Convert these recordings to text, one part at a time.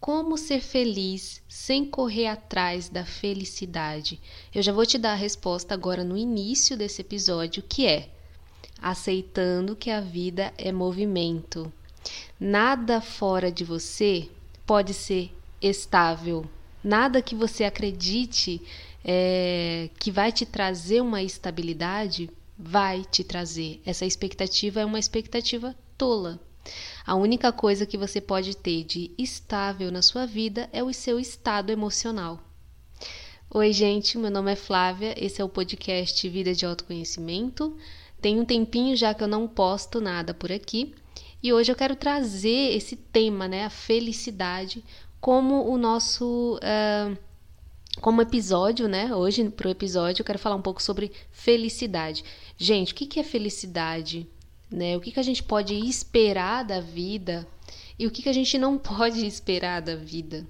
Como ser feliz sem correr atrás da felicidade? Eu já vou te dar a resposta agora no início desse episódio, que é aceitando que a vida é movimento. Nada fora de você pode ser estável. Nada que você acredite que vai te trazer uma estabilidade, vai te trazer. Essa expectativa é uma expectativa tola. A única coisa que você pode ter de estável na sua vida é o seu estado emocional. Oi, gente, meu nome é Flávia, esse é o podcast Vida de Autoconhecimento. Tem um tempinho já que eu não posto nada por aqui e hoje eu quero trazer esse tema, a felicidade, como o nosso como episódio, Hoje, para o episódio, eu quero falar um pouco sobre felicidade. Gente, o que é felicidade? O que a gente pode esperar da vida e o que a gente não pode esperar da vida,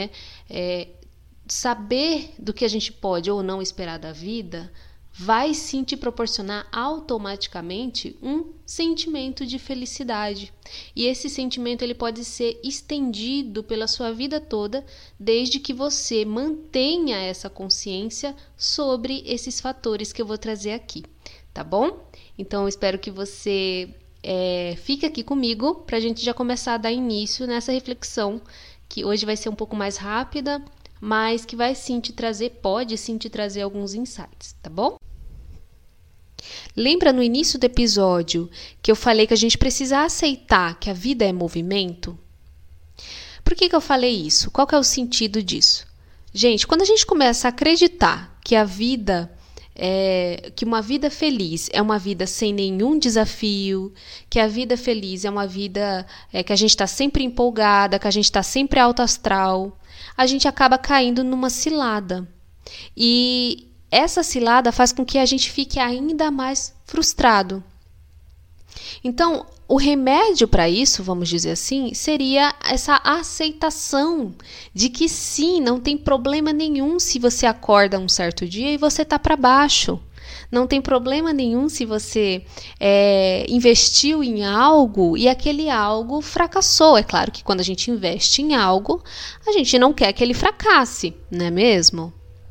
Saber do que a gente pode ou não esperar da vida vai sim te proporcionar automaticamente um sentimento de felicidade. E esse sentimento ele pode ser estendido pela sua vida toda, desde que você mantenha essa consciência sobre esses fatores que eu vou trazer aqui, tá bom? Então, eu espero que você fique aqui comigo para a gente já começar a dar início nessa reflexão, que hoje vai ser um pouco mais rápida, mas que vai sim te trazer, pode sim te trazer alguns insights, tá bom? Lembra no início do episódio que eu falei que a gente precisa aceitar que a vida é movimento? Por que eu falei isso? Qual que é o sentido disso? Gente, quando a gente começa a acreditar que a vida que uma vida feliz é uma vida sem nenhum desafio, que a vida feliz é uma vida que a gente está sempre empolgada, que a gente está sempre alto astral, a gente acaba caindo numa cilada. E essa cilada faz com que a gente fique ainda mais frustrado. Então, o remédio para isso, vamos dizer assim, seria essa aceitação de que sim, não tem problema nenhum se você acorda um certo dia e você está para baixo. Não tem problema nenhum se você investiu em algo e aquele algo fracassou. É claro que quando a gente investe em algo, a gente não quer que ele fracasse, não é mesmo?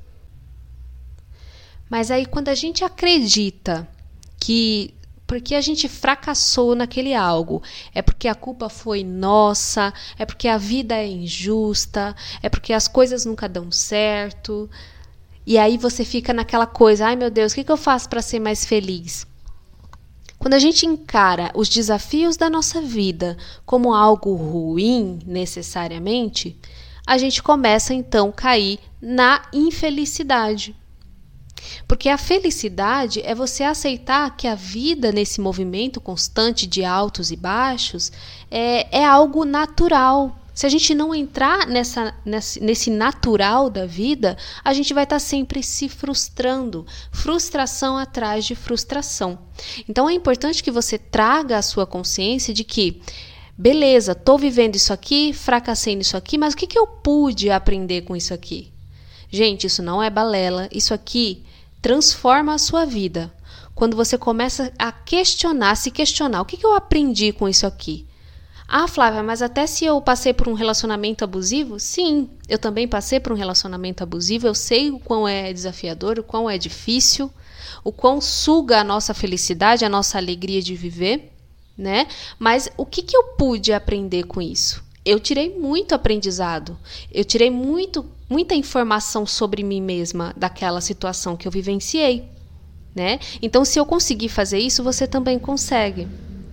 Mas aí quando a gente acredita que porque a gente fracassou naquele algo, é porque a culpa foi nossa, é porque a vida é injusta, é porque as coisas nunca dão certo. E aí você fica naquela coisa, ai meu Deus, o que eu faço para ser mais feliz? Quando a gente encara os desafios da nossa vida como algo ruim, necessariamente, a gente começa então a cair na infelicidade. Porque a felicidade é você aceitar que a vida nesse movimento constante de altos e baixos é algo natural. Se a gente não entrar nesse natural da vida, a gente vai estar sempre se frustrando. Frustração atrás de frustração. Então é importante que você traga a sua consciência de que, beleza, estou vivendo isso aqui, fracassei nisso aqui, mas o que eu pude aprender com isso aqui? Gente, isso não é balela, isso aqui transforma a sua vida. Quando você começa a se questionar, o que eu aprendi com isso aqui? Ah, Flávia, mas até se eu passei por um relacionamento abusivo? Sim, eu também passei por um relacionamento abusivo, eu sei o quão é desafiador, o quão é difícil, o quão suga a nossa felicidade, a nossa alegria de viver, Mas o que eu pude aprender com isso? Eu tirei muito aprendizado, eu tirei muita informação sobre mim mesma daquela situação que eu vivenciei, Então, se eu conseguir fazer isso, você também consegue,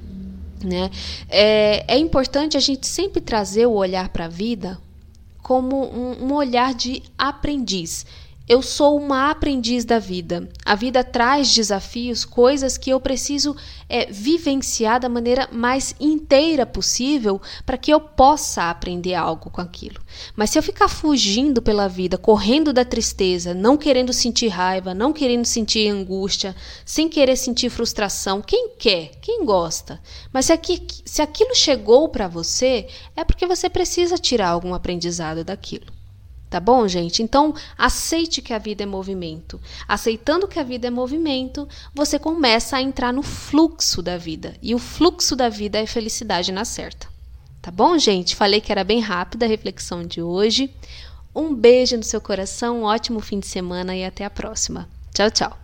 É importante a gente sempre trazer o olhar para a vida como um olhar de aprendiz. Eu sou uma aprendiz da vida. A vida traz desafios, coisas que eu preciso vivenciar da maneira mais inteira possível para que eu possa aprender algo com aquilo. Mas se eu ficar fugindo pela vida, correndo da tristeza, não querendo sentir raiva, não querendo sentir angústia, sem querer sentir frustração, quem quer? Quem gosta? Mas se aquilo chegou para você, é porque você precisa tirar algum aprendizado daquilo. Tá bom, gente? Então, aceite que a vida é movimento. Aceitando que a vida é movimento, você começa a entrar no fluxo da vida. E o fluxo da vida é felicidade na certa. Tá bom, gente? Falei que era bem rápida a reflexão de hoje. Um beijo no seu coração, um ótimo fim de semana e até a próxima. Tchau, tchau.